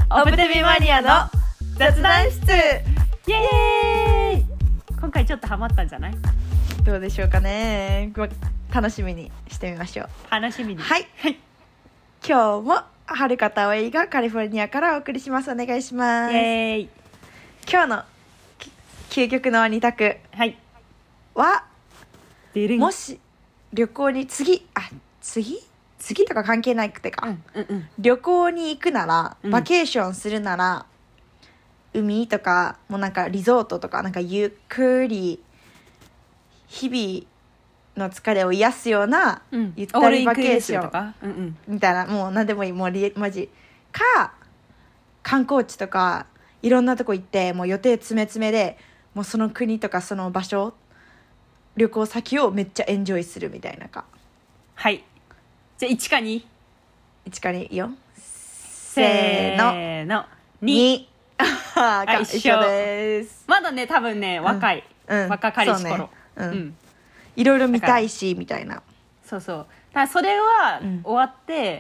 オプテミマニアの雑談室。 イエーイ。今回ちょっとハマったんじゃない？ どうでしょうかね。楽しみにしてみましょう。 楽しみに。 はい、今日もはるかたおいがカリフォルニアからお送りします。お願いします。 イエーイ。 今日の究極の2択は、もし旅行に次とか関係なくてか、旅行に行くなら、バケーションするなら、海とかもうなんかリゾートとかなんかゆっくり日々の疲れを癒すような、ゆったりバケーションみたいな、もう何でもいい、もうマジか観光地とかいろんなとこ行って、もう予定詰め詰めで、もうその国とかその場所、旅行先をめっちゃエンジョイするみたいなか。 はい、じゃあ1か2。 1か2いいよ。せーの2。一緒です。 まだね多分ね若い、若かりし頃、 いろいろ見たいしみたいな。 そうそう、ただそれは終わって、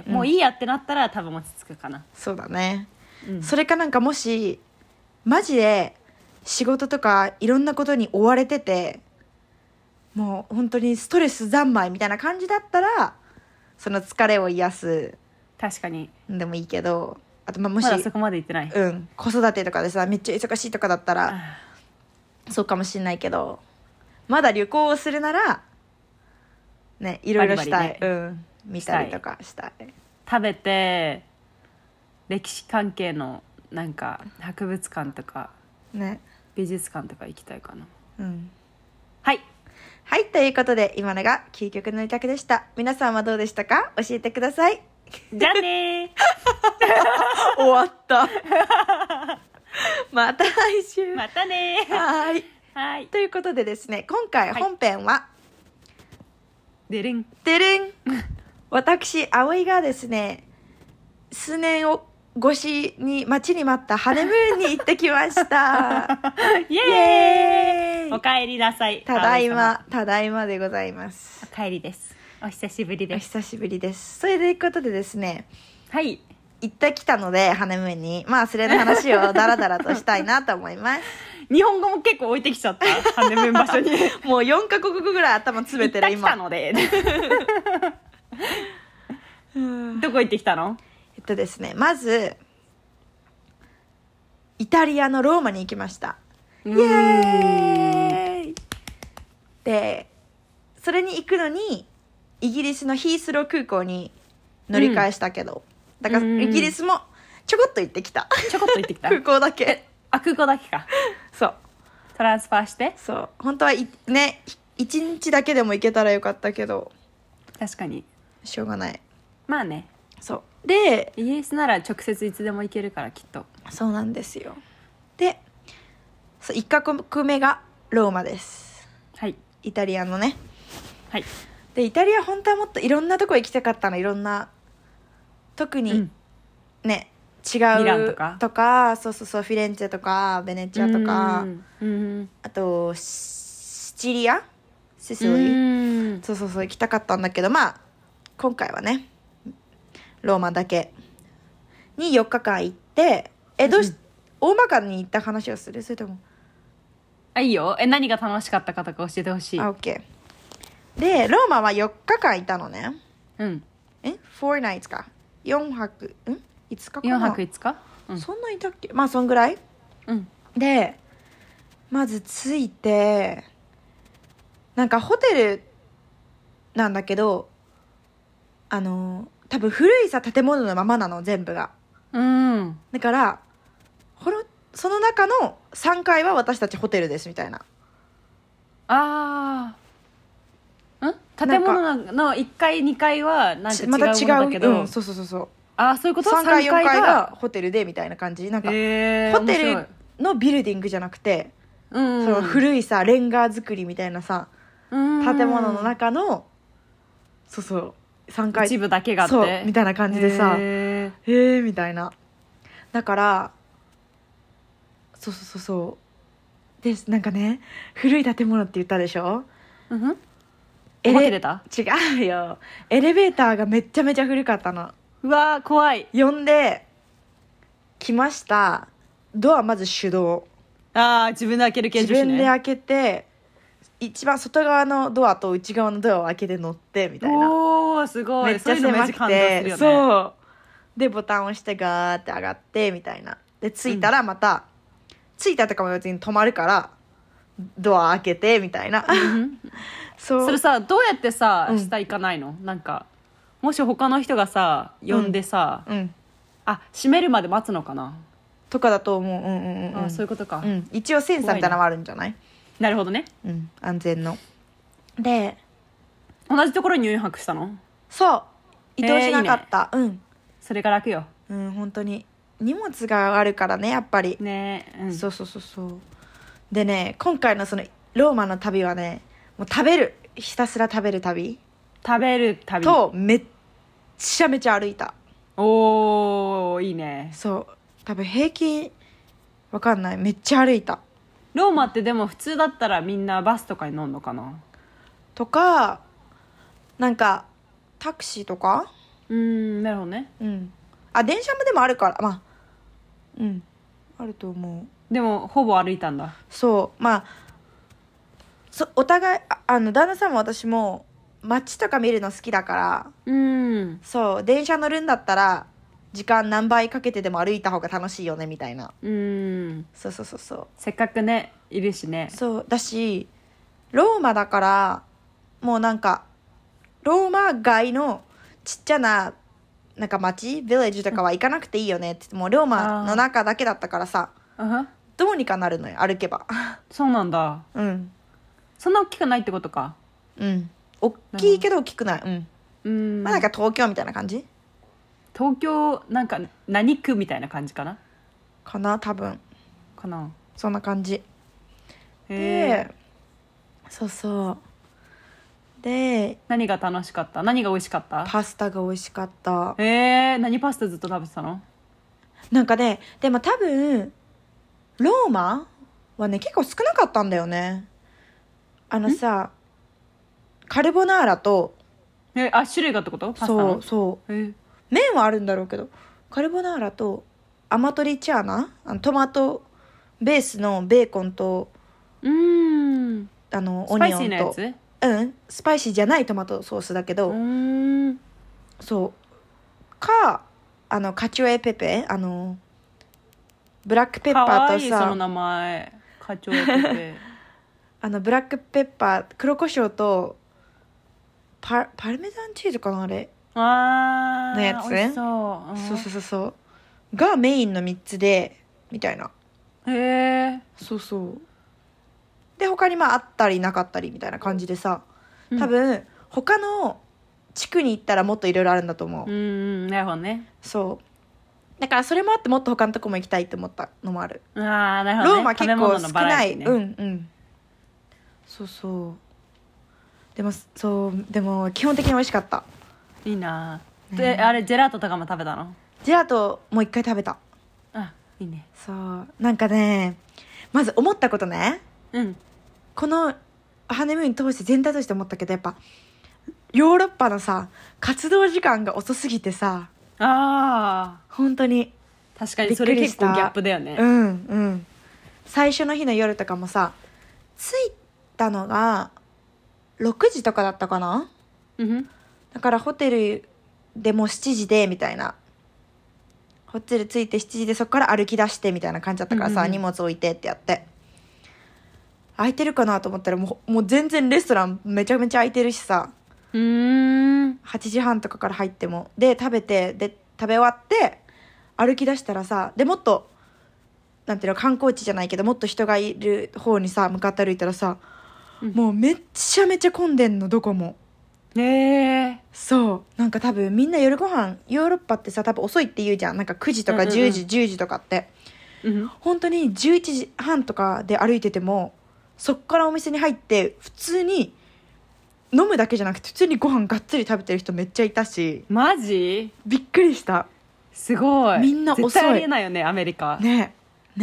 もういいやってなったら多分落ち着くかな。 そうだね、それかなんかもしマジで仕事とかいろんなことに追われてて、もう本当にストレス三昧みたいな感じだったら、その疲れを癒す確かにでもいいけど、あともしまだそこまで行ってない、 子育てとかでさめっちゃ忙しいとかだったらそうかもしんないけど、まだ旅行をするならね、いろいろしたい、見たりとかしたい。 食べて歴史関係のなんか博物館とか、美術館とか行きたいかな。 はい、ということで今のが究極の2択でした。皆さんはどうでしたか？教えてください。 じゃあね終わったまた来週。 またね。 はい、ということでですね、今回本編は、 でるん私葵がですね、数年を越しに待ちに待ったハネムーンに行ってきましたイエーイ。お帰りなさい。 ただいまでございます。 お帰りです。お久しぶりです。 お久しぶりです。それでいうことでですね、 行ってきたので、ハネムーンにそれの話をダラダラとしたいなと思います日本語も結構置いてきちゃったハネムーン場所にもう4カ国語ぐらい頭詰めてる今。 行ってきたのでどこ行ってきたの？ ですね、まずイタリアのローマに行きました。イエーイ。でそれに行くのにイギリスのヒースロー空港に乗り換えしたけど、だからイギリスもちょこっと行ってきた。空港だけ。 空港だけか。 そうトランスファーして。 そう本当はね1日だけでも行けたらよかったけど、 確かにしょうがない。 まあね。 そうでイギリスなら直接いつでも行けるからきっと。 そうなんですよ。で1カ国目がローマです。イタリアのね。でイタリア本当はもっといろんなとこ行きたかったの。いろんな特に、ね違うミランとかそうフィレンツェとかベネチアとか、あとシチリアシシリそう行きたかったんだけど、今回はねローマだけに4日間行って、大まかに行った話をする？それともいいよ。何が楽しかったかとか教えてほしい。 OK。 でローマは4日間いたのね。4 nights か。4泊5日かな。 4泊5日、 そんないたっけ。そんぐらい、でまず着いて、なんかホテルなんだけど、多分古い建物のままなの全部が。だからその中の3階は私たちホテルですみたいな。 建物の1階2階はなんか違うものだけど、 そうそういうこと。 3階4階がホテルでみたいな感じ。なんかホテルのビルディングじゃなくて、その古いレンガ造りみたいな建物の中の3階一部だけがあってみたいな感じでみたいな。だからでなんかね、古い建物って言ったでしょ。 お化け出た？ 違うよ。エレベーターがめっちゃめちゃ古かったの。 うわー怖い。 呼んで来ました。ドアまず手動。 ああ、自分で開ける系女子ね。 自分で開けて、一番外側のドアと内側のドアを開けて乗ってみたいな。 おー、すごい。 めっちゃ狭くて、そうでボタンを押してガーって上がってみたいな。で着いたらまた、着いたとかも別に止まるからドア開けてみたいな。 それさ、どうやってさ、下行かないの？なんかもし他の人がさ呼んでさ、あ、閉めるまで待つのかなとかだと思う。 あ、そういうことか。 一応センサーみたいなのもあるんじゃない？ なるほどね。 安全の。で同じところに入泊したの？ そう移動しなかった。いいね。 それが楽よ。 本当に荷物があるからね、やっぱりね。 そうでね、今回のそのローマの旅はね、もう食べる、ひたすら食べる旅とめっちゃめちゃ歩いた。 おー、いいね。 そう多分平均わかんない、めっちゃ歩いた。 ローマってでも普通だったらみんなバスとかに乗るのかなとか、なんかタクシーとか。 なるほどね。 あ、電車もでもあるから、まああると思う。でもほぼ歩いたんだ。 そうまあお互い旦那さんも私も街とか見るの好きだから、そう電車乗るんだったら時間何倍かけてでも歩いた方が楽しいよねみたいな。そうせっかくねいるしね。 そうだし、ローマだからもうなんかローマ街のちっちゃななんか街ヴィレッジとかは行かなくていいよねって言って、もうローマの中だけだったからさ、どうにかなるのよ、歩けば。 そうなんだ。そんな大きくないってことか。 大きいけど大きくない。まあなんか東京みたいな感じ。 東京なんか何区みたいな感じかな多分かな。 そんな感じで、そうで、 何が楽しかった？何が美味しかった？ パスタが美味しかった。 何パスタずっと食べてたの？ なんかね、でも多分ローマはね結構少なかったんだよね。さ、カルボナーラと種類がってこと？パスタの？ そう麺はあるんだろうけど、カルボナーラとアマトリチャーナ、トマトベースのベーコンとオニオンとスパイシーなやつ？スパイシーじゃないトマトソースだけど、そうか、カチュエペペ、ブラックペッパーとさ、 かわいいその名前、カチュエペペブラックペッパー、黒胡椒とパルメザンチーズかな、あれのやつ。 美味しそう。 そうがメインの3つでみたいな。そうで他にあったりなかったりみたいな感じでさ、多分他の地区に行ったらもっといろいろあるんだと思う。 なるほどね。 そうだからそれもあってもっと他のとこも行きたいって思ったのもある。 なるほどね。 ローマ結構少ない、でも基本的に美味しかった。 いいな。で、あれジェラートとかも食べたの？ ジェラートもう一回食べた。 いいね。 そうなんかね、まず思ったことね、このハネムーン通して全体として思ったけど、やっぱヨーロッパのさ活動時間が遅すぎてさ、本当に確かにそれ結構ギャップだよね。 最初の日の夜とかもさ、着いたのが6時とかだったかな、だからホテルでもう7時でみたいな、ホテル着いて7時でそこから歩き出してみたいな感じだったからさ、荷物置いてってやって空いてるかなと思ったらもう全然レストランめちゃめちゃ空いてるしさ、8時半とかから入ってもで食べて、で食べ終わって歩き出したらさ、でもっとなんていうの、観光地じゃないけどもっと人がいる方にさ向かって歩いたらさ、もうめっちゃめちゃ混んでんの、どこも。そうなんか多分みんな夜ご飯、ヨーロッパってさ多分遅いって言うじゃん、なんか9時とか10時、10時とかって、本当に11時半とかで歩いててもそっからお店に入って普通に飲むだけじゃなくて普通にご飯がっつり食べてる人めっちゃいたし、 マジ？ びっくりした。 すごい。みんな遅い。 絶対ありえないよねアメリカ。 ね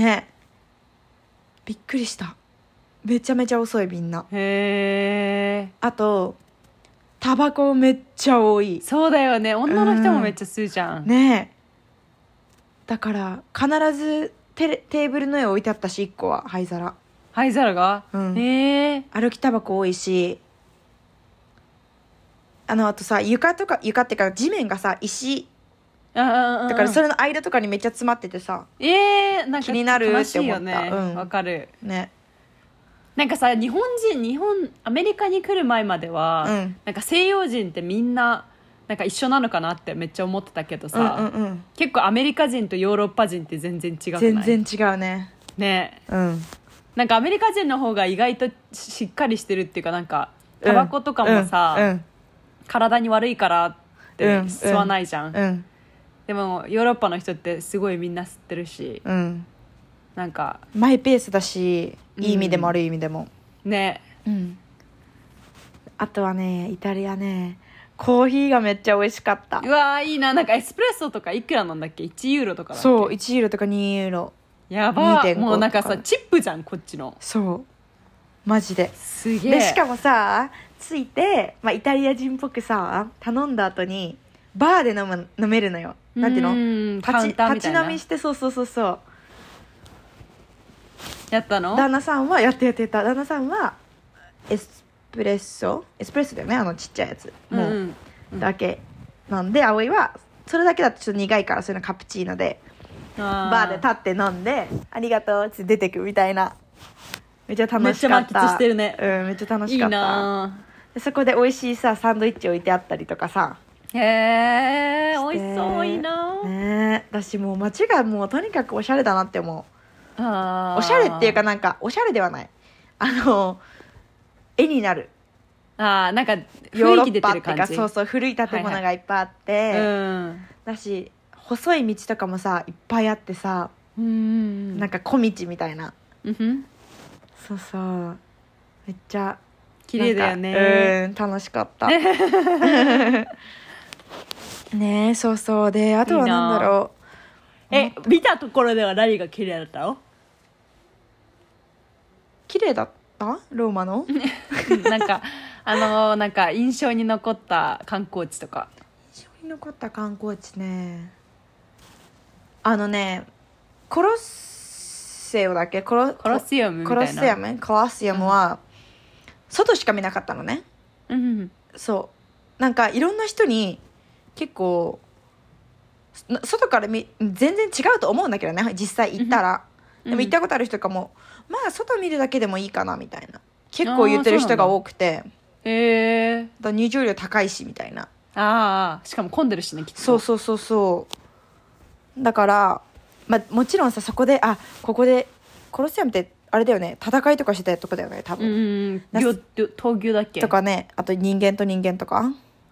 びっくりした。めちゃめちゃ遅いみんな。あとタバコめっちゃ多い。 そうだよね、女の人もめっちゃ吸うじゃん。 だから必ずテーブルの上置いてあったし、1個は灰皿。 灰皿が、 歩きタバコ多いし、あとさ、床っていうか地面がさ、石だからそれの間とかにめっちゃ詰まっててさ、 なんか気になるって思った。 ね、わかるね。 なんかさ、アメリカに来る前までは、なんか西洋人ってみんななんか一緒なのかなってめっちゃ思ってたけどさ、結構アメリカ人とヨーロッパ人って全然違くない？ 全然違うね。 ね。なんかアメリカ人の方が意外としっかりしてるっていうか、なんかタバコとかもさ、体に悪いからって吸わないじゃん、でもヨーロッパの人ってすごいみんな吸ってるし、なんかマイペースだし、いい意味でも悪い意味でもね。 あとはね、イタリアね、コーヒーがめっちゃ美味しかった。 うわー、いいな。なんかエスプレッソとかいくらなんだっけ？ 1 ユーロとかだっけ？ そう、1ユーロとか2ユーロ。 やばー、もうなんかさ、チップじゃんこっちの。 そうマジで。 すげえ。 でしかもさ、ついて、イタリア人っぽくさ、頼んだ後にバーで飲めるのよ。なんていうの、立ち飲みして、そうやったの？ 旦那さんはやってた。旦那さんはエスプレッソだよね、ちっちゃいやつもうだけなんで、葵はそれだけだとちょっと苦いから、そういうのカプチーノでバーで立って飲んで、ありがとうって出てくみたいな。めっちゃ楽しかった。めっちゃ満喫してるね。めっちゃ楽しかった。いいな。でそこで美味しいさサンドイッチ置いてあったりとかさ。 へえ、美味しそう。いいなね。私もう街がもうとにかくおしゃれだなって思う。おしゃれっていうか、なんかおしゃれではない、絵になる。 なんか雰囲気出てる感じ。 そう古い建物がいっぱいあって、だし細い道とかもさいっぱいあってさ、なんか小道みたいな、そうめっちゃ綺麗だよね。 楽しかったね。そうで、あとはなんだろう、見たところでは何が綺麗だったの？ 綺麗だったローマのなんかなんか印象に残った観光地とか。 印象に残った観光地ね、コロッセオだっけ、コロシアムみたいな。コロシアムは外しか見なかったのね。そうなんかいろんな人に結構外から全然違うと思うんだけどね、実際行ったら。でも行ったことある人とかも、外見るだけでもいいかなみたいな結構言ってる人が多くて、だ入場料高いしみたいな。 しかも混んでるしね、きっと。 そうだから、もちろんさ、そこでここでコロシアムってあれだよね、戦いとかしてたとこだよね多分。 闘牛だっけとかね、あと人間と人間とか、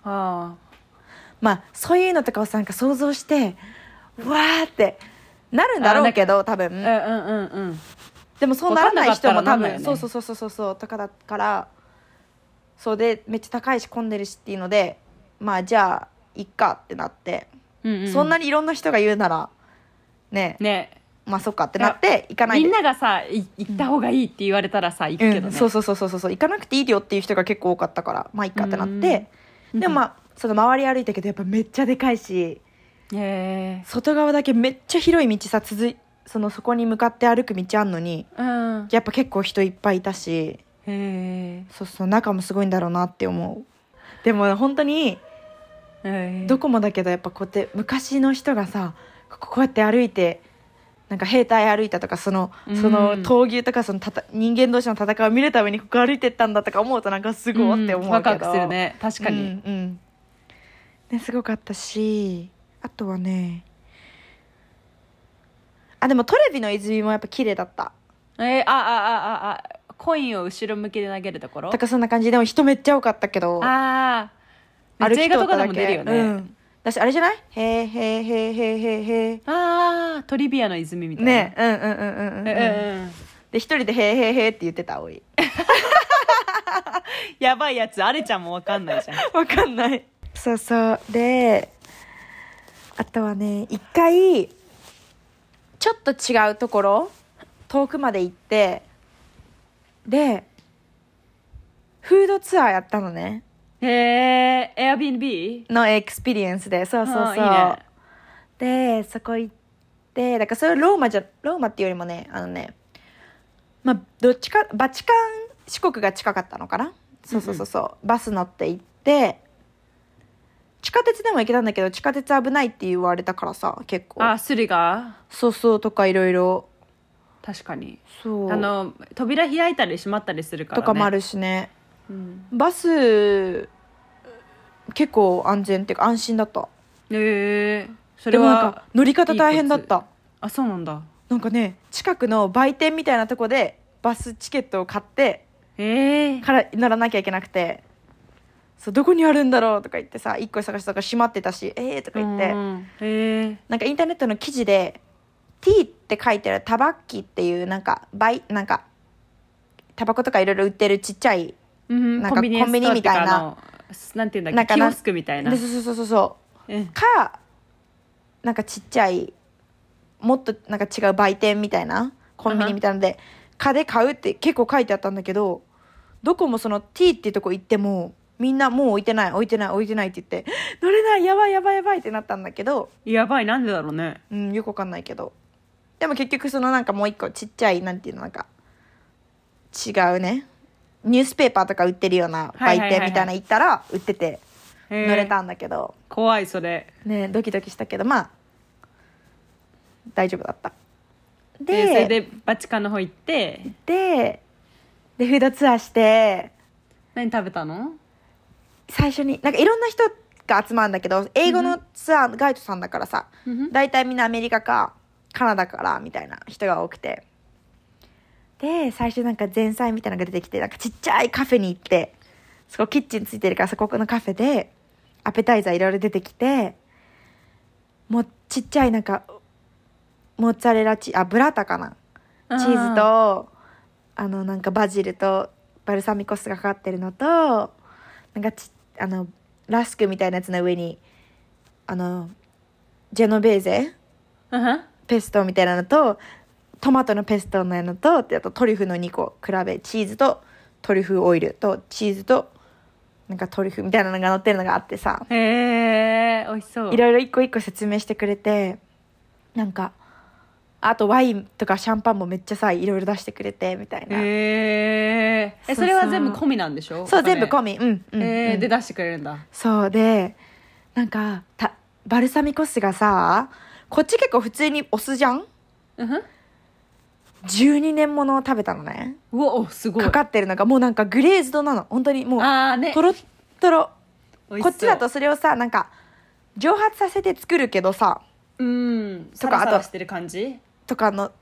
そういうのとかをさ、なんか想像してうわーってなるんだろうけど多分。でもそうならない人も多分、そうとかだから、そうでめっちゃ高いし混んでるしっていうので、じゃあいっかってなって、そんなにいろんな人が言うならねそっかってなって行かないで。 みんながさ行った方がいいって言われたらさ行くけどね。 そう行かなくていいよっていう人が結構多かったから、いっかってなって、でもその周り歩いたけどやっぱめっちゃでかいし、外側だけめっちゃ広い道さそこに向かって歩く道あんのに、やっぱ結構人いっぱいいたし、中もすごいんだろうなって思う。でも本当にどこもだけど、やっぱこうやって昔の人がさこうやって歩いて、なんか兵隊歩いたとか、その闘牛とか人間同士の戦いを見るためにここ歩いてったんだとか思うと、なんかすごいって思うけど、 ワクワクするね、確かに。 ね、すごかったし、あとはね、でもトレビの泉もやっぱ綺麗だった。 コインを後ろ向きで投げるところとか、そんな感じ。でも人めっちゃ多かったけど、 歩きとかでも出るよね。 私あれじゃない？へーへーへーへーへーへー。トリビアの泉みたいなね。で一人でへーへーへーって言ってた。おいやばいやつ、あれちゃんも分かんないじゃん。 分かんない。そうで、あとはね、一回ちょっと違うところ遠くまで行って、でフードツアーやったのね。 Airbnb のエクスペリエンスで、そういいね。 でそこ行っでだからそれローマっていうよりもねまあどっちかバチカン四国が近かったのかな。そうバス乗って行って、地下鉄でも行けたんだけど地下鉄危ないって言われたからさ、結構スリがそうとかいろいろ確かにそう扉開いたり閉まったりするからねとかもあるしね、バス結構安全っていうか安心だった。 それはでもなんか乗り方大変だった。 あ、そうなんだ。 なんかね近くの売店みたいなとこでバスチケットを買ってから乗らなきゃいけなくて、そうどこにあるんだろうとか言ってさ、1個探したから閉まってたしとか言って、なんかインターネットの記事で T って書いてあるタバッキっていうなんかタバコとかいろいろ売ってるちっちゃい、なんかコンビニみたいな、 なんていうんだっけ、キオスクみたいな、 そうか、なんかちっちゃいもっとなんか違う売店みたいなコンビニみたいなのでで買うって結構書いてあったんだけど、どこもその T っていうとこ行ってもみんなもう置いてないって言って乗れない、やばいってなったんだけど、 やばい、なんでだろうね。 よくわかんないけど、でも結局そのなんかもう一個ちっちゃいなんていうの、なんか違うねニュースペーパーとか売ってるような売店みたいな行ったら売ってて乗れたんだけど、 怖いそれね、ドキドキしたけどまあ大丈夫だった。 でそれでバチカンの方行ってでフードツアーして、 何食べたの？ 最初になんかいろんな人が集まるんだけど、英語のツアーガイドさんだからさ、大体みんなアメリカかカナダからみたいな人が多くて、で最初なんか前菜みたいなのが出てきて、なんかちっちゃいカフェに行って、そこキッチンついてるからそこのカフェでアペタイザーいろいろ出てきて、もうちっちゃいなんかモッツァレラブラータかな、チーズとなんかバジルとバルサミコ酢がかかってるのと、なんかラスクみたいなやつの上にジェノベーゼ、ペストみたいなのとトマトのペストののと、あとトリュフの2個比べ、チーズとトリュフオイルとチーズとなんかトリュフみたいなのが乗ってるのがあってさ、 美味しそう。 いろいろ一個一個説明してくれて、なんかあとワインとかシャンパンもめっちゃさいろいろ出してくれてみたいな。 それは全部込みなんでしょ？ そう全部込み。 で出してくれるんだ。 そうでなんかバルサミコ酢がさ、こっち結構普通にお酢じゃん。12年ものを食べたのね。 うわすごい。 かかってるのがもうなんかグレーズドなの、本当にもうトロットロ。こっちだとそれをさなんか蒸発させて作るけどさ、 サラサラしてる感じとかま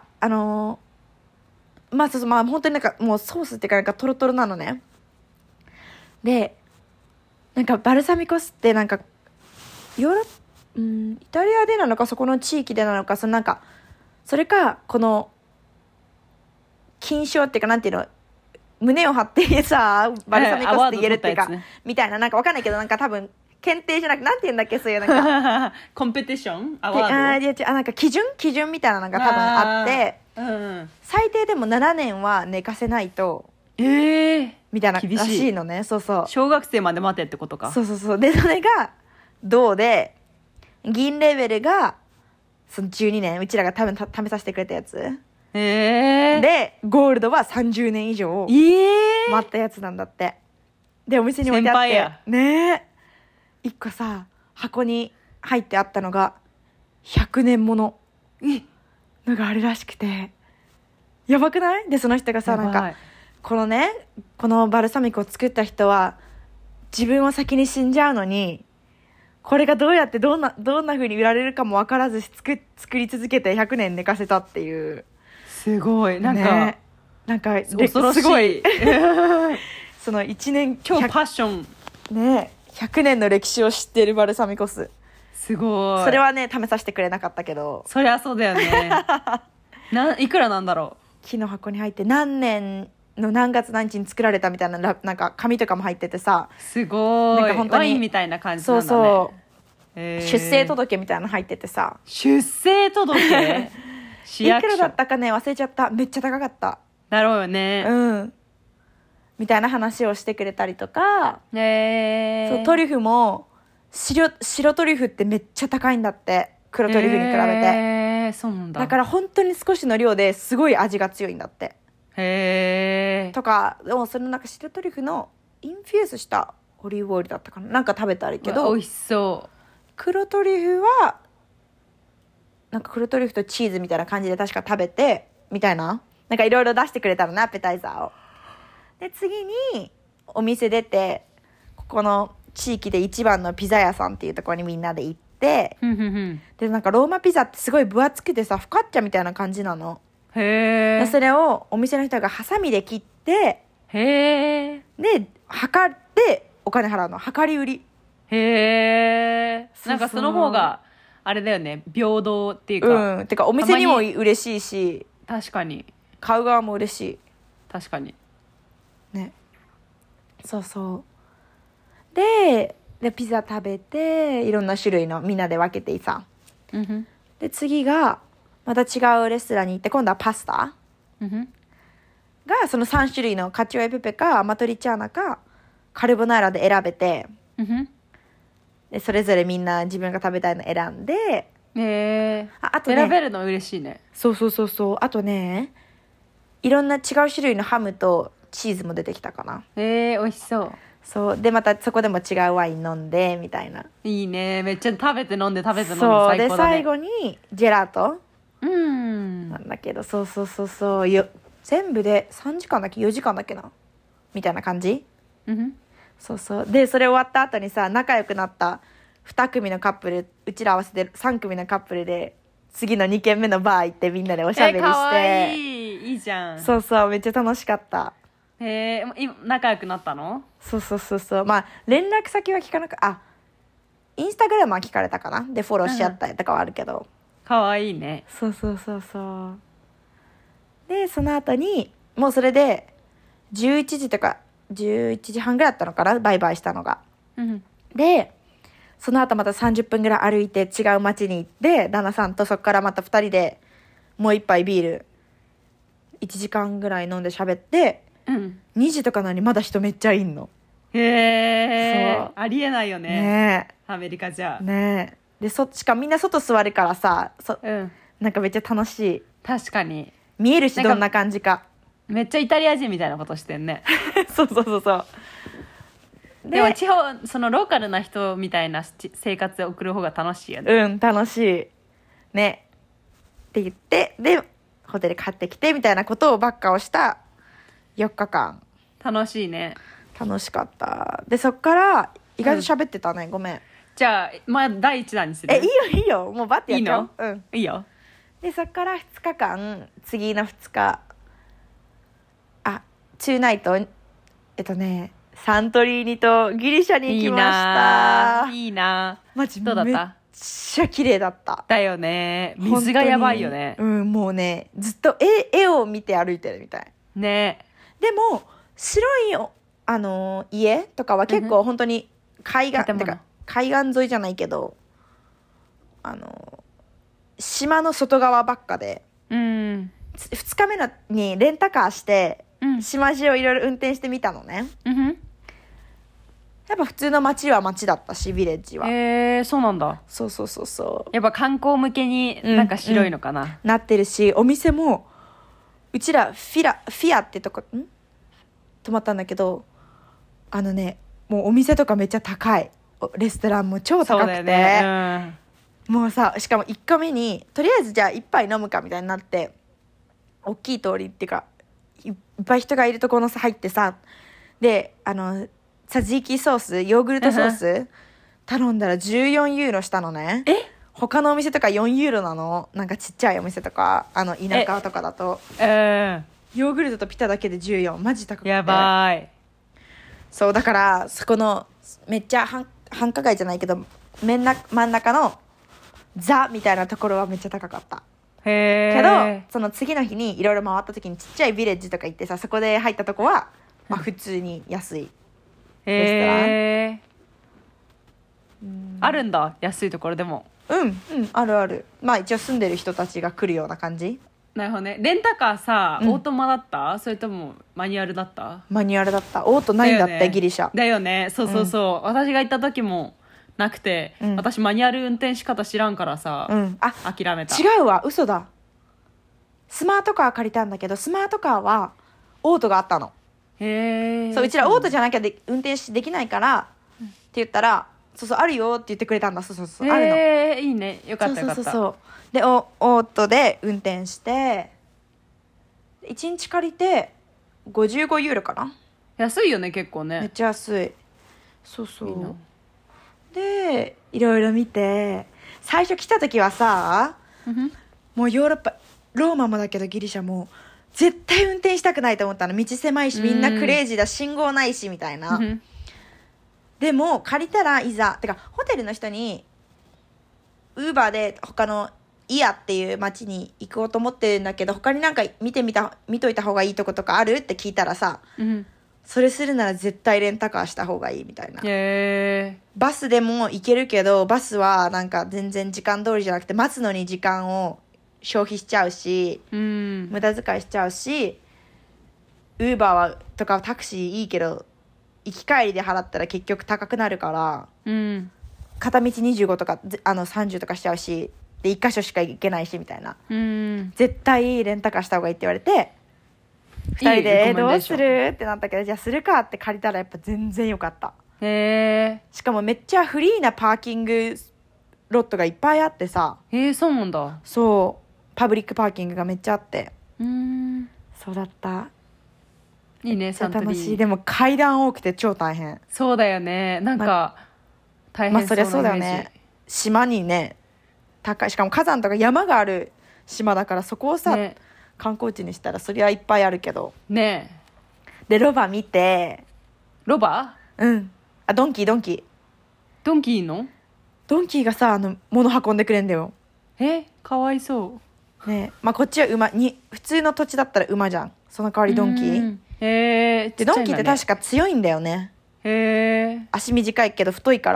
あ本当になんかもうソースっていうかなんかトロトロなのね。でなんかバルサミコ酢ってなんかイタリアでなのかそこの地域でなのか、なんかそれかこの菌床っていうかなんていうの、胸を張ってさバルサミコ酢って言えるっていうか、みたいな、なんかわかんないけど、なんか多分検定じゃなくてなんて言うんだっけ、そういうなんかコンペティションアワードなんか基準みたいなのが多分あって、最低でも7年は寝かせないとみたいならしいのね。そう小学生まで待てってことか。 そうでそれが銅で銀レベルがその12年、うちらが多分試させてくれたやつで、ゴールドは30年以上待ったやつなんだって。でお店に置いてあってね、1個さ箱に入ってあったのが100年もののがあるらしくて、やばくない？でその人がさなんかこのバルサミコを作った人は自分は先に死んじゃうのに、これがどうやってどんな風に売られるかも分からず作り続けて100年寝かせたっていう。 すごいなんか恐ろしい。すごいその1年超パッションね、100年の歴史を知ってるバルサミコ酢、 すごい。 それはね試させてくれなかったけど、 そりゃそうだよねいくらなんだろう。木の箱に入って何年の何月何日に作られたみたいななんか紙とかも入っててさ、 すごい。なんか本当にワインみたいな感じなんだね。 出生届みたいなの入っててさ、 出生届いくらだったかね忘れちゃった。めっちゃ高かった。 だろうよね。 みたいな話をしてくれたりとか、そうトリュフも白トリュフってめっちゃ高いんだって、黒トリュフに比べて。 へえ、そうなんだ。 だから本当に少しの量ですごい味が強いんだって。 へえ。 とか、でもそのなんか白トリュフのインフューズしたオリーブオイルだったかな、なんか食べたらいいけど、 美味しそう。 黒トリュフはなんか黒トリュフとチーズみたいな感じで確か食べてみたいな、なんかいろいろ出してくれたのね、アペタイザーを。で次にお店出て、ここの地域で一番のピザ屋さんっていうところにみんなで行って、でなんかローマピザってすごい分厚くてさ、フカッチャみたいな感じなの。 へえ。 それをお店の人がハサミで切って、 へえ。 で測ってお金払うの、量り売り。 へえ。 そうそう、 なんかその方があれだよね、平等っていうか。 てかお店にも嬉しいし、 確かに買う側も嬉しい確かにね。そうそう。でピザ食べて、いろんな種類のみんなで分けてさ、で次がまた違うレストランに行って、今度はパスタがその3種類のカチョエペペかアマトリチャーナかカルボナーラで選べて、でそれぞれみんな自分が食べたいの選んで、あとね、 選べるの嬉しいね。 そうそうそうそう。あとね、いろんな違う種類のハムとチーズも出てきたかな。 美味しそう。 そうで、またそこでも違うワイン飲んでみたいな。 いいね、めっちゃ食べて飲んで食べて飲んでそう最高だね。 で最後にジェラートなんだけど、そうそうそうそう、全部で3時間だっけ4時間だっけなみたいな感じ。そうそうで、それ終わった後にさ、仲良くなった2組のカップル、うちら合わせて3組のカップルで次の2軒目のバー行ってみんなでおしゃべりして、 かわいい、いいじゃん。 そうそう、めっちゃ楽しかった。 今仲良くなったの？ そうそうそうそう。まあ連絡先は聞かなか、インスタグラムは聞かれたかな、でフォローしちゃったりとかはあるけど、 かわいいね。 そうそうそうそう。でその後にもうそれで11時とか11時半ぐらいだったのかな、バイバイしたのが。でその後また30分ぐらい歩いて違う町に行って、旦那さんとそこからまた2人でもう一杯ビール1時間ぐらい飲んで喋って、2時とかなのにまだ人めっちゃいんの。 へえ。そう、ありえないよね。 ねえ、 アメリカじゃ。 ねえ。でしかもみんな外座るからさ、なんかめっちゃ楽しい。 確かに見えるし、どんな感じか。 めっちゃイタリア人みたいなことしてんね。 そうそうそうそう。 でもそのローカルな人みたいな生活を送る方が楽しいよね。 楽しいねって言って、でホテル帰ってきてみたいなことをばっかをした4日間。 楽しいね。 楽しかった。でそっから意外と喋ってたね、ごめん。 じゃあ第1弾にする？ いいよいいよ、もうバッてやっちゃう。 いいの？いいよ。 でそっから2日間、次の2日2ナイト、サントリーニとギリシャに行きました。 いいな。 マジどうだった？ めっちゃ綺麗だった。 だよね。水がやばいよね。 もうね、ずっと絵を見て歩いてるみたいね。 でも白い家とかは結構本当に海岸沿いじゃないけど、島の外側ばっかで、2日目にレンタカーして、島中をいろいろ運転してみたのね。やっぱ普通の街は街だったし、ビレッジは。 そうなんだ。そうそうやっぱ観光向けになんか白いのかな、 なってるし、お店もうちらフィアってとこ泊まったんだけど、もうお店とかめっちゃ高い、レストランも超高くて、もうさ、しかも1日目にとりあえずじゃあ1杯飲むかみたいになって、大きい通りっていうかいっぱい人がいるところの入ってさ、でサジーキソース、ヨーグルトソース頼んだら14ユーロしたのね。他のお店とか4ユーロなの。なんかちっちゃいお店とか田舎とかだと、ヨーグルトとピタだけで14、マジ高くてやばい。 そうだからそこのめっちゃ繁華街じゃないけど真ん中のザみたいなところはめっちゃ高かった。けどその次の日にいろいろ回った時にちっちゃいビレッジとか行ってさ、そこで入ったとこは、普通に安いレストラン、 あるんだ、安いところでも。 あるある。まあ一応住んでる人たちが来るような感じ。 なるほどね。レンタカーさ、オートマだった？それともマニュアルだった？ マニュアルだった。オートないんだって、ギリシャだよね。そう、私が行った時もなくて、 うん私マニュアル運転し方知らんからさ、諦めた。 違うわ、嘘だ。スマートカー借りたんだけど、スマートカーはオートがあったの。 へえ。 そう、うちらオートじゃなきゃ運転できないから、って言ったら、そうそう、あるよって言ってくれたんだ。そうそうそう、あるの。 いいね、よかったよかった。 そうで、オートで運転して、1日借りて55ユーロかな。 安いよね、結構ね。 めっちゃ安い。そうそいいな。 う。で、いろいろ見て、最初来た時はさ、もうヨーロッパ、ローマもだけどギリシャも、絶対運転したくないと思ったの。道狭いし、みんなクレイジーだ、信号ないし、みたいな。でも、借りたらいざ、てか、ホテルの人に、ウーバーで他のイヤっていう街に行こうと思ってるんだけど、他になんか見といた方がいいとことかあるって聞いたらさ、それするなら絶対レンタカーした方がいいみたいな。バスでも行けるけど、バスはなんか全然時間通りじゃなくて、待つのに時間を消費しちゃうし、無駄遣いしちゃうし、ウーバーはとかタクシーいいけど、行き帰りで払ったら結局高くなるから、片道25とか30とかしちゃうし、で1箇所しか行けないしみたいな、絶対レンタカーした方がいいって言われて、2人でどうするってなったけど、じゃあするかって借りたらやっぱ全然良かった。しかもめっちゃフリーなパーキングロットがいっぱいあってさ。 そうなんだ。 そう、パブリックパーキングがめっちゃあって、そうだった。 いいね、サントリー。 楽しい。でも階段多くて超大変。 そうだよね、なんか、大変そうなイメージ。 そりゃそうだよね。島にね、高い、しかも火山とか山がある島だから、そこをさ、観光地にしたらそりゃいっぱいあるけどね。 でロバ見て。 ロバ？ ドンキーいいの？ ドンキーがさ、物運んでくれんだよ。 かわいそうね。まあこっちは馬に、普通の土地だったら馬じゃん。その代わりドンキー。でドンキーって確か強いんだよね。足短いけど太いから。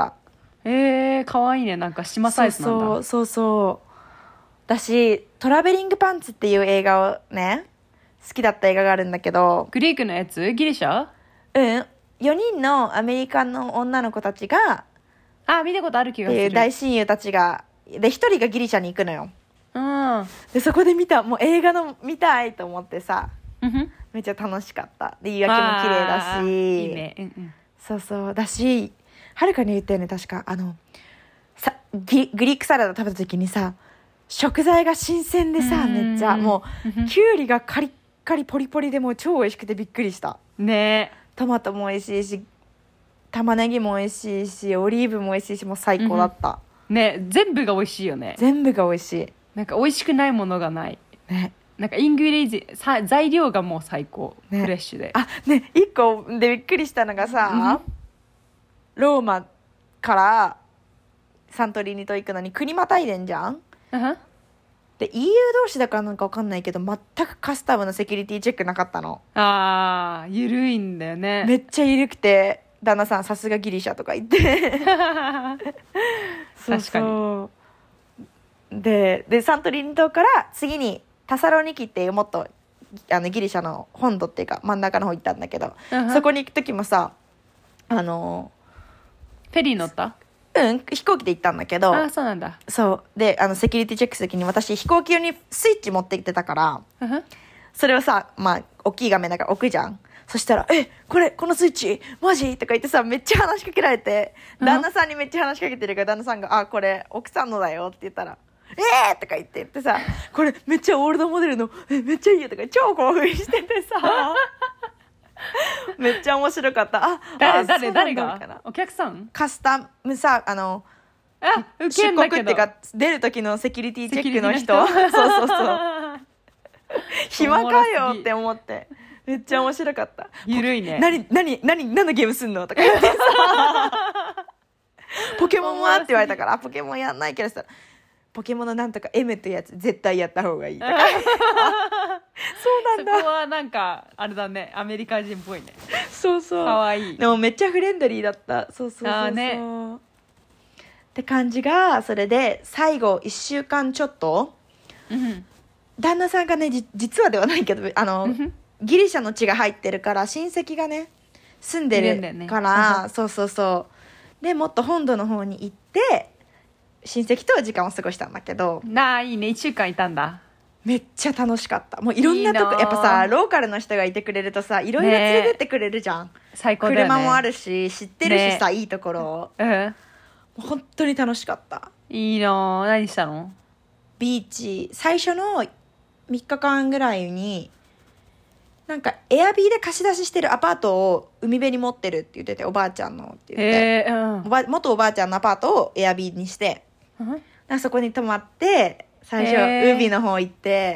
かわいいね。なんか島サイズなんだ。 そうだし、トラベリングパンツっていう映画をね、好きだった映画があるんだけど。 グリークのやつ？ギリシャ ？4人のアメリカの女の子たちが、 見たことある気がする。 大親友たちが、で1人がギリシャに行くのよ。でそこでもう映画の見たいと思ってさ、めっちゃ楽しかった。で夕焼けも綺麗だし、 いいね。 そうだし、はるかに言ったよね、確かグリークサラダ食べた時にさ、食材が新鮮でさ、めっちゃもうきゅうりがカリッカリポリポリでもう超美味しくてびっくりしたね。 トマトも美味しいし、玉ねぎも美味しいし、オリーブも美味しいし、もう最高だった、 ね。全部が美味しいよね。 全部が美味しい。 なんか美味しくないものがないね。 なんかイングリージ材料がもう最高、フレッシュで。 1個でびっくりしたのがさ、ローマからサントリーニと行くのに国またいでんじゃん。で EU 同士だからなんか分かんないけど、全くカスタムのセキュリティチェックなかったの。 緩いんだよね。 めっちゃ緩くて、旦那さんさすがギリシャとか言って確かに。 でサントリーニ島から次にタサロニキっていうもっとギリシャの本土っていうか真ん中の方行ったんだけど、そこに行く時もさ、 フェリー乗った？ 飛行機で行ったんだけど。 そうなんだ。 そうでセキュリティチェックする時に、私飛行機用にスイッチ持って行ってたから、それをさ、大きい画面だから置くじゃん。そしたらこのスイッチマジとか言ってさ、めっちゃ話しかけられて、旦那さんにめっちゃ話しかけてるから、旦那さんがこれ奥さんのだよって言ったら、とか言ってさ、これめっちゃオールドモデルのめっちゃいいよとか超興奮しててさめっちゃ面白かった。 誰が？お客さん？ カスタムさ、出国っていうか出る時のセキュリティチェックの人そう暇かよって思って、めっちゃ面白かった。 ゆるいね。 何のゲームすんのとか言ってさポケモンはって言われたから、ポケモンやんないけどさ、ポケモンのなんとか M ってやつ絶対やった方がいいとかそうなんだ。 そこはなんかあれだね、アメリカ人っぽいね。 そうかわいい。 でもめっちゃフレンドリーだった。そうね。 って感じが、それで最後1週間ちょっと、旦那さんがね、実はではないけどギリシャの血が入ってるから、親戚がね住んでるから、そうでもっと本土の方に行って親戚と時間を過ごしたんだけど、 いいね、1週間いたんだ。 めっちゃ楽しかった。もういろんなとこ、やっぱさローカルの人がいてくれるとさいろいろ連れてってくれるじゃん、 最高だよね。 車もあるし知ってるしさ、いいところ、 もう本当に楽しかった。 いいな。何したの？ ビーチ最初の3日間ぐらいになんかエアビーで貸し出ししてるアパートを海辺に持ってるって言ってて、おばあちゃんのって言って、元おばあちゃんのアパートをエアビーにして、そこに泊まって最初海の方行って、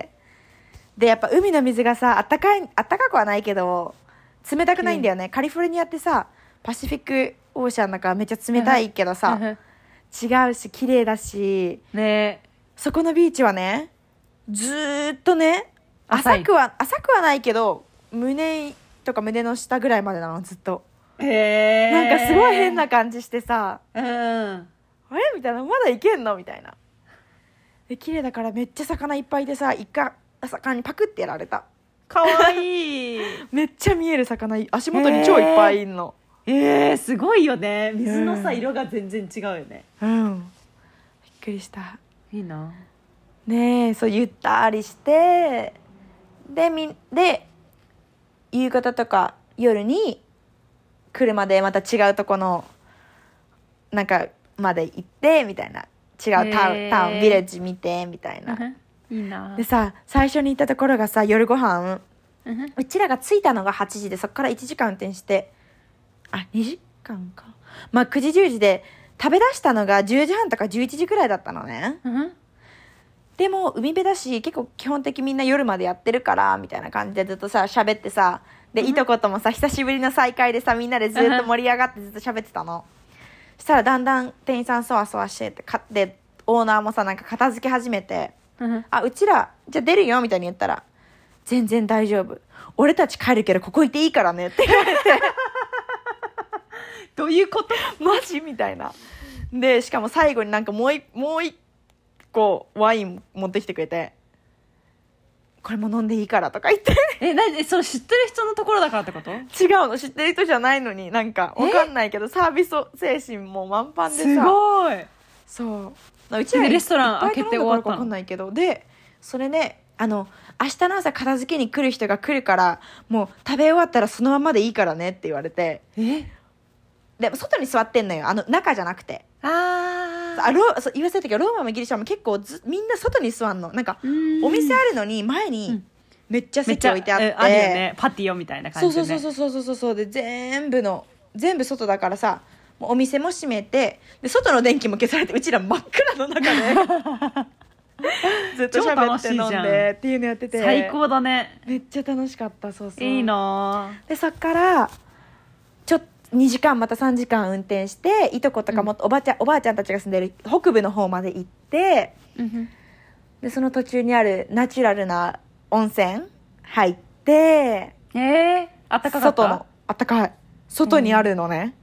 でやっぱ海の水がさあったかくはないけど冷たくないんだよね。カリフォルニアってさパシフィックオーシャンだからめっちゃ冷たいけどさ、違うし綺麗だし、そこのビーチはねずーっとね浅くはないけど胸とか胸の下ぐらいまでなのずっと。なんかすごい変な感じしてさ、あれみたいな、まだいけんのみたいな。で綺麗だからめっちゃ魚いっぱいでさ、イカ魚にパクってやられた。 かわいいめっちゃ見える魚足元に超いっぱいいんの。 すごいよね。水のさ、色が全然違うよね。 びっくりした。 いいな。 ねえ、そうゆったりしてで夕方とか夜に車でまた違うとこのなんかまで行ってみたいな、違うタウンビレッジ見てみたいな。 いいな。 でさ最初に行ったところがさ夜ご飯、うちらが着いたのが8時でそっから1時間運転して2時間か9時10時で食べ出したのが10時半とか11時くらいだったのね、でも海辺だし結構基本的みんな夜までやってるからみたいな感じでずっとさ喋ってさ、でいとこともさ久しぶりの再会でさみんなでずっと盛り上がってずっと喋ってたの。そしたらだんだん店員さんそわそわしててでオーナーもさなんか片付け始めて、うちらじゃあ出るよみたいに言ったら、全然大丈夫俺たち帰るけどここいていいからねって言われてどういうこと？ マジみたいな。でしかも最後になんかもう一個ワイン持ってきてくれて、これも飲んでいいからとか言ってその知ってる人のところだからってこと？ 違うの、知ってる人じゃないのになんかわかんないけどサービス精神も満帆でさ、 すごい。 そううちらレストラン開けて終わったの？ わかんないけど、でそれね明日の朝片付けに来る人が来るからもう食べ終わったらそのままでいいからねって言われて、でも外に座ってんのよ、中じゃなくて。そう言わせたけどローマもギリシャも結構みんな外に座んの。なんかお店あるのに前にめっちゃ席置いてあって、 あるよね、パティオみたいな感じで、ね、 そうで全部外だからさ、もうお店も閉めてで外の電気も消されてうちら真っ暗の中でずっと喋って飲んでっていうのやってて最高だね。 めっちゃ楽しかった。 いいな。 でそっからちょっと2時間また3時間運転していとことかもっとおばあちゃんたちが住んでる北部の方まで行って、でその途中にあるナチュラルな温泉入って、 あったかかった？ あったかい外にあるのね、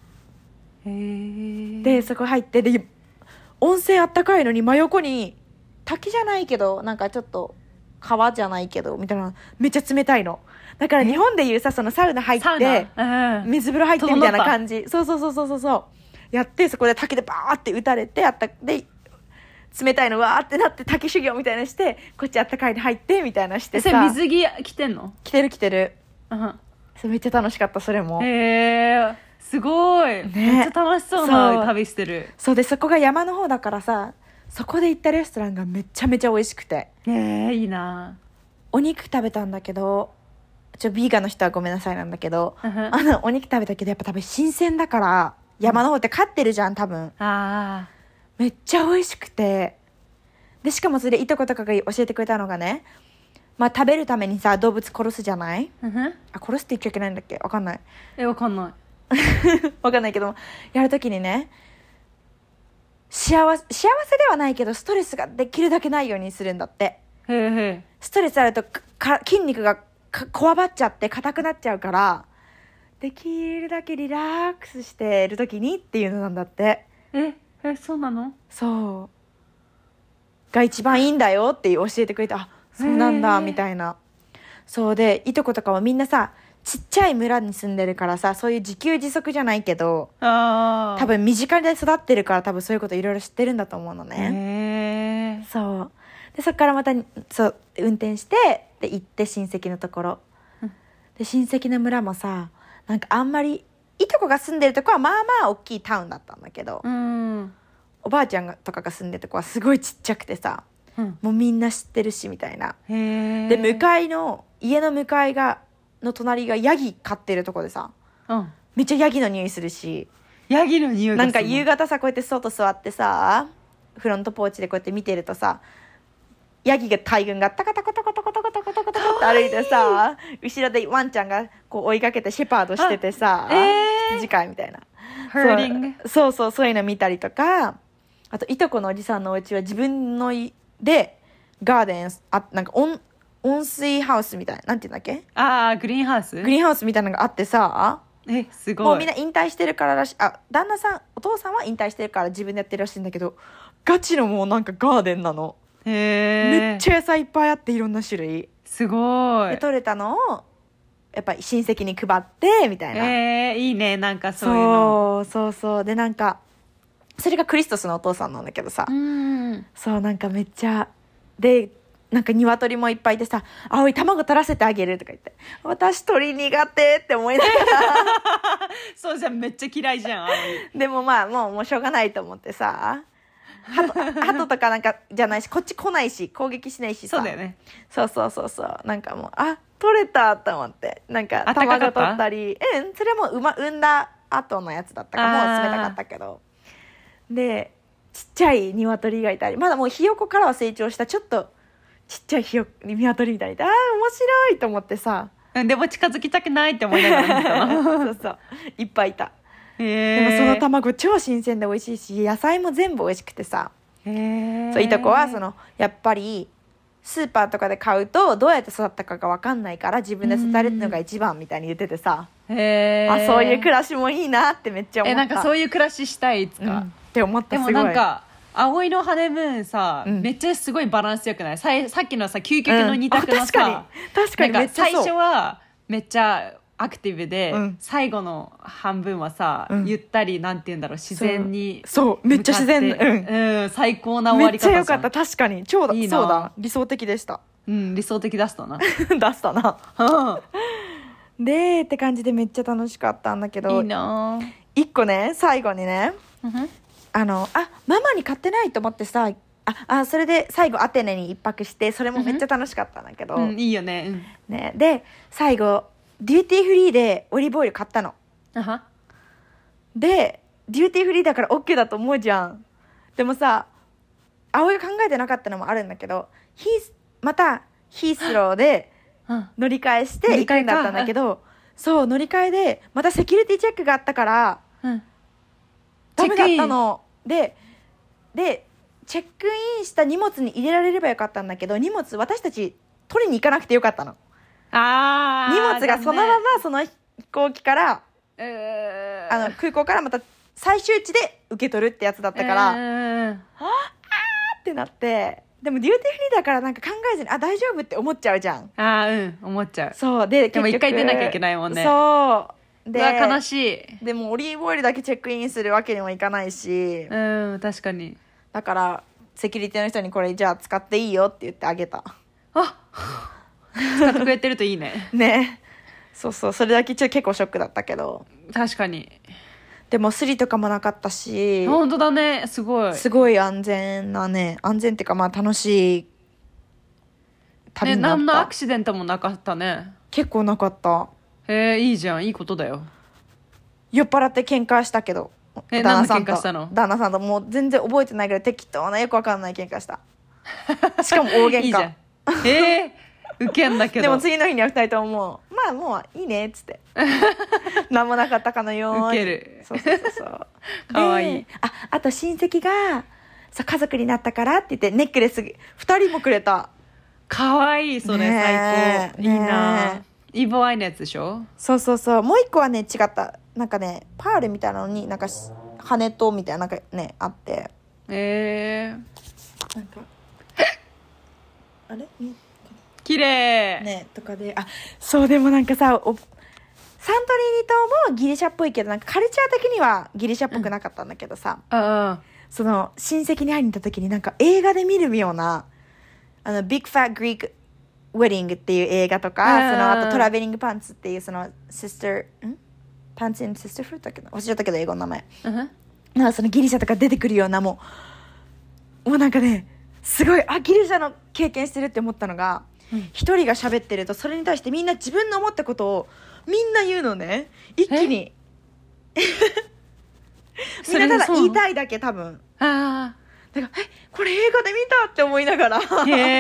でそこ入ってで温泉あったかいのに真横に滝じゃないけどなんかちょっと川じゃないけどみたいなめっちゃ冷たいの。だから日本でいうさそのサウナ入って水風呂入ってみたいな感じ、そうやって、そこで滝でバーって打たれてで冷たいのわーってなって滝修行みたいなしてこっちあったかいに入ってみたいなしてさ。 それ水着着てんの？ 着てる、めっちゃ楽しかった。それもすごい、めっちゃ楽しそうな旅してる。 そうでそこが山の方だからさ、そこで行ったレストランがめちゃめちゃ美味しくて、 いいな。 お肉食べたんだけどビーガンの人はごめんなさいなんだけど、お肉食べたけどやっぱ多分新鮮だから山の方って飼ってるじゃん多分。めっちゃ美味しくて、でしかもそれでいとことかが教えてくれたのがね、食べるためにさ動物殺すじゃない、殺すって言っちゃいけないんだっけ、わかんない。 わかんないわかんないけどやるときにね幸せではないけどストレスができるだけないようにするんだって。ストレスあると筋肉がこわばっちゃって硬くなっちゃうからできるだけリラックスしてる時にっていうのなんだって。 そうなの？ そうが一番いいんだよって教えてくれて、そうなんだみたいな。そうでいとことかはみんなさちっちゃい村に住んでるからさ、そういう自給自足じゃないけど、 多分身近で育ってるから多分そういうこといろいろ知ってるんだと思うのね。そうでそっからまたそう運転してで行って親戚のところ、で親戚の村もさ、なんかあんまりいとこが住んでるとこはまあまあ大きいタウンだったんだけど、おばあちゃんとかが住んでるとこはすごいちっちゃくてさ、もうみんな知ってるしみたいな。で家の向かいの隣がヤギ飼ってるとこでさ、めっちゃヤギの匂いするし、 ヤギの匂いがする。 なんか夕方さこうやって外座ってさフロントポーチでこうやって見てるとさ、ヤギが大群がタカタカタカタカタカタカタカタカって歩いてさ、後ろでワンちゃんがこう追いかけてシェパードしててさ、羊飼いみたいな、そういうの見たりとか、あといとこのおじさんのお家は自分のでガーデンなんか温水ハウスみたいな、なんていうんだっけ、 グリーンハウスみたいなのがあってさ、 すごい。 もうみんな引退してるかららしい。旦那さんお父さんは引退してるから自分でやってるらしいんだけど、ガチのもうなんかガーデンなの。めっちゃ野菜いっぱいあって、いろんな種類すごい。 で取れたのをやっぱり親戚に配ってみたいな。 いいね、なんかそういうの。 そうで、なんかそれがクリストスのお父さんなんだけどさ、そうなんかめっちゃで、なんか鶏もいっぱいいてさ、葵卵取らせてあげるとか言って、私鳥苦手って思いながらそうじゃん、めっちゃ嫌いじゃん葵。 でもまあもうしょうがないと思ってさ、鳩とかなんかじゃないし、こっち来ないし攻撃しないしさ、 そうだよね。 そうなんかもう取れたと思って、なんか卵取ったり、それも産んだ後のやつだったからもう冷たかったけど、でちっちゃい鶏がいたり、まだもうひよこからは成長したちょっとちっちゃい鶏みたいで、面白いと思ってさ、 でも近づきたくないって思いながら見たのそういっぱいいた。でもその卵超新鮮で美味しいし、野菜も全部美味しくてさ、そういとこはやっぱりスーパーとかで買うとどうやって育ったかが分かんないから自分で育てるのが一番みたいに言っててさ、そういう暮らしもいいなってめっちゃ思った。 なんかそういう暮らししたいいつか、 って思った。 でもなんか葵のハネムーンさ、めっちゃすごいバランスよくない？さっきのさ究極の二択のさ、 確かにめっちゃそう。 最初はめっちゃアクティブで、最後の半分はさ、ゆったり、なんて言うんだろう、自然にめっちゃ自然、 最高な終わり方じゃん。 めっちゃよかった。確かにそうだ、理想的でした。 理想的出したなでって感じでめっちゃ楽しかったんだけど、 いいな。 一個ね最後にね、ママに買ってないと思ってさ、それで最後アテネに一泊して、それもめっちゃ楽しかったんだけど、 いいよね。 で最後デューティーフリーでオリーブオイル買ったの。でデューティーフリーだから OK だと思うじゃん。でもさ、葵が考えてなかったのもあるんだけど、またヒースローで乗り換えして行くんだったんだけど、そう乗り換えでまたセキュリティチェックがあったから、ダメだったの。でチェックインした荷物に入れられればよかったんだけど、荷物私たち取りに行かなくてよかったの。荷物がそのままその飛行機から、空港からまた最終地で受け取るってやつだったから、ってなって。でもデューティーフリーだからなんか考えずに大丈夫って思っちゃうじゃん。 思っちゃう。 そうでも一回出なきゃいけないもんね。 そうで悲しい。 でもオリーブオイルだけチェックインするわけにもいかないし、 確かに。 だからセキュリティの人にこれじゃあ使っていいよって言ってあげた。 使ってくれてるといいね。 ね、それだけ結構ショックだったけど。 確かに。 でもスリとかもなかったし、 本当だね、すごい安全なね、安全っていうか楽しい旅になった。 何のアクシデントもなかったね。 結構なかった。 いいじゃん、いいことだよ。 酔っ払って喧嘩したけど、 何の喧嘩したの？ 旦那さんともう全然覚えてないぐらい適当なよくわかんない喧嘩した。しかも大喧嘩。いいじゃん。 ウケんだけど。 でも次の日には2人とももういいねっつって何もなかったかのように。 ウケる。 そうかわいい。 あと親戚が家族になったからって言ってネックレス2人もくれた。 かわいい、それ最高。いいな。イボアイのやつでしょ？ そうもう一個はね違った。なんかねパールみたいなのになんか羽とみたいななんかねあって、なんかあれ綺麗ねとかで、そうでもなんかさサントリーニ島もギリシャっぽいけど、なんかカルチャー的にはギリシャっぽくなかったんだけどさ、その親戚に会いに行った時になんか映画で見るようなBig Fat Greek Wedding っていう映画とか、そのあとトラベリングパンツっていうそのパンツ and Sister Fruit だっけな、忘れちゃったけど英語の名前、なんかそのギリシャとか出てくるようなもうなんかね、すごいギリシャの経験してるって思ったのが、一人が喋ってるとそれに対してみんな自分の思ったことをみんな言うのね、一気にみんなただ言いたいだけ、多分だからこれ映画で見たって思いながら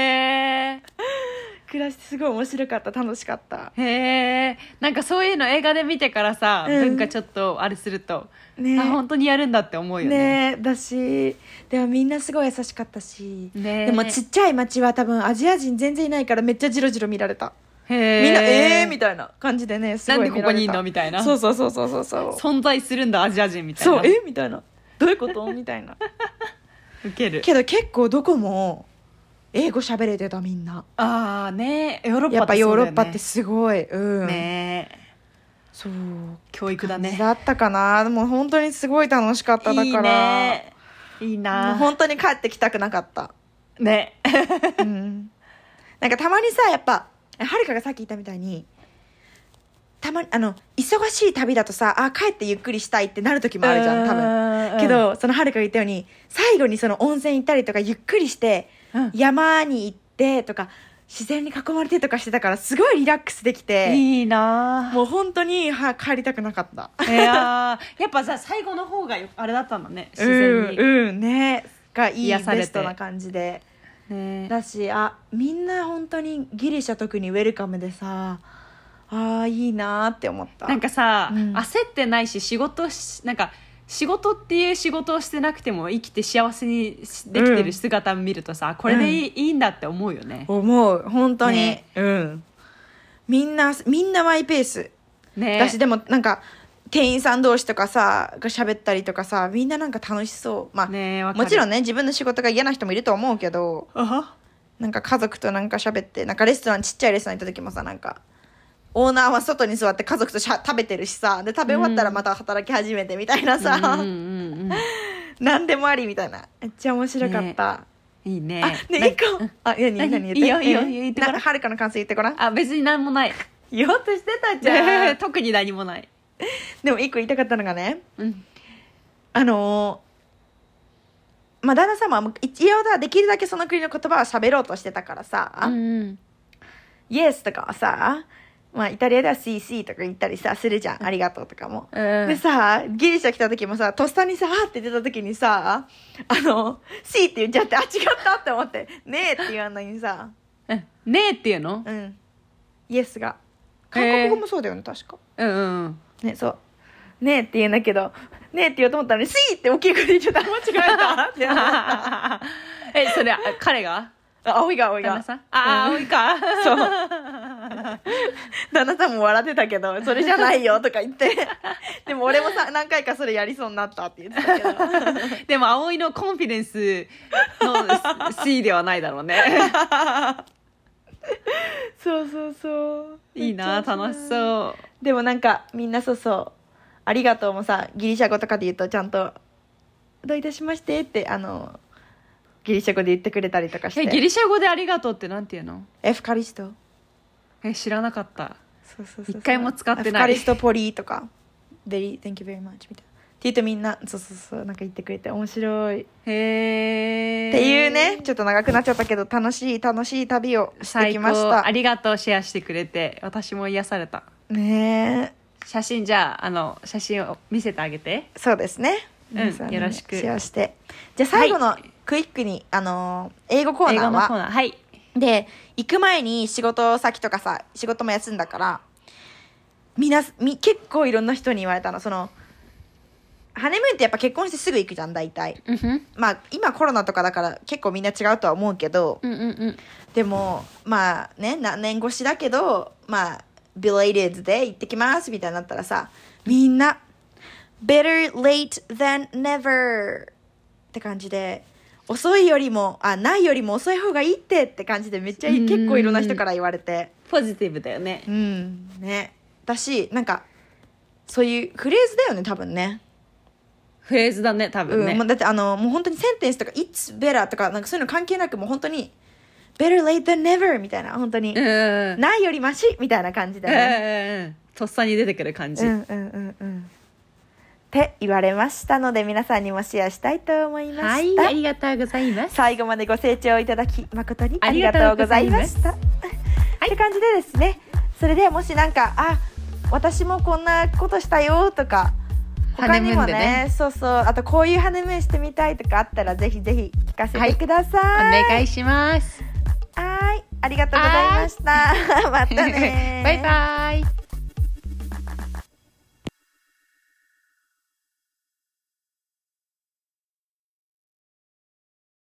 暮らしてすごい面白かった、楽しかった。 なんかそういうの映画で見てからさ、文化ちょっとあれすると、本当にやるんだって思うよね。 だし、でもみんなすごい優しかったし、でもちっちゃい町は多分アジア人全然いないからめっちゃジロジロ見られた。みんなみたいな感じでね、すごい見られた。 なんでここにいんのみたいな。 そう存在するんだアジア人みたいな。 そうみたいな、どういうことみたいなウケるけど結構どこも英語喋れてた、みんな。 ヨーロッパってそうだよね。 やっぱヨーロッパってすごいそう教育だね。 だったかな。でも本当にすごい楽しかった。だからいいな、 本当に帰ってきたくなかったねなんかたまにさ、やっぱはるかがさっき言ったみたいに、たまに忙しい旅だとさ、帰ってゆっくりしたいってなる時もあるじゃん、多分。けどそのはるかが言ったように、最後にその温泉行ったりとかゆっくりして、山に行ってとか自然に囲まれてとかしてたから、すごいリラックスできていいな。 もう本当に帰りたくなかったやっぱさ、最後の方があれだったんだね、自然にねがいい、 癒されてベストな感じで、だし、みんな本当にギリシャ特にウェルカムでさ、いいなって思った。 なんかさ、焦ってないし、なんか仕事っていう仕事をしてなくても生きて幸せにできてる姿を見るとさ、これでいいんだって思うよね。 思う、本当に、みんなマイペース、だし、でもなんか店員さん同士とかさが喋ったりとかさ、みんななんか楽しそう。もちろんね、自分の仕事が嫌な人もいると思うけど、なんか家族となんか喋って、なんかちっちゃいレストラン行った時もさ、なんかオーナーは外に座って家族と食べてるしさ、で食べ終わったらまた働き始めてみたいなさ、何でもありみたいな、めっちゃ面白かった、 いいね。 一個何言って、 いいよ言ってごらん。 はるかの感想言ってごらん。 別に何もない。 言おうとしてたじゃん特に何もない。 でも一個言いたかったのがね、旦那様は一応できるだけその国の言葉を喋ろうとしてたからさ、イエスとかはさ、イタリアでは CC とか言ったりさするじゃん、ありがとうとかも、でさ、ギリシャ来た時もさ、とっさにさって出た時にさ、C って言っちゃって、違ったって思って、ねえって言わんのにさ、 ねえっていうの？ イエスが韓国語もそうだよね、確か。ね、そうねえって言うんだけど、ねえって言おうと思ったのに C って大きい声で言っちゃった、間違えたって思ったそれ彼が葵が旦那さん、葵かそう旦那さんも笑ってたけど、それじゃないよとか言ってでも俺もさ、何回かそれやりそうになったって言ってたけどでも葵のコンフィデンスの C ではないだろうねそういいな、楽しそう。 でもなんかみんなありがとうもさ、ギリシャ語とかで言うとちゃんとどういたしましてってギリシャ語で言ってくれたりとかして。 ギリシャ語でありがとうってなんて言うの？ エフカリスト。 知らなかった。 そう一回も使ってない。 エフカリストポリとか Very thank you very much みたいなって言うとみんななんか言ってくれて面白い。っていうね、ちょっと長くなっちゃったけど楽しい旅をしてきました。 ありがとう、シェアしてくれて。私も癒されたね。 写真、じゃあ写真を見せてあげて。 そうですね、 よろしくシェアして。じゃあ最後のクイックに、英語コーナーはで、行く前に仕事先とかさ、仕事も休んだから結構いろんな人に言われたの。ハネムーンってやっぱ結婚してすぐ行くじゃん、大体。今コロナとかだから結構みんな違うとは思うけど、でも何年越しだけどbelated で行ってきますみたいになったらさ、みんな better late than never って感じで、遅いよりもないよりも遅い方がいいって感じで、めっちゃ結構いろんな人から言われて、 ポジティブだよね。 ね。だし、なんかそういうフレーズだよね多分ね。 フレーズだね多分ね、 だってもう本当にセンテンスとか It's better とかなんかそういうの関係なくもう本当に Better late than never みたいな本当に、ないよりマシみたいな感じだね、 とっさに出てくる感じ、 って言われましたので皆さんにもシェアしたいと思いました。 はい、ありがとうございます。 最後までご清聴いただき誠にありがとうございました。って感じでですね、それでもしなんか私もこんなことしたよとか他にも ねそうそうあとこういうハネムーンしてみたいとかあったらぜひぜひ聞かせてください、 はい、お願いします。 はい、ありがとうございました。またねバイバイ。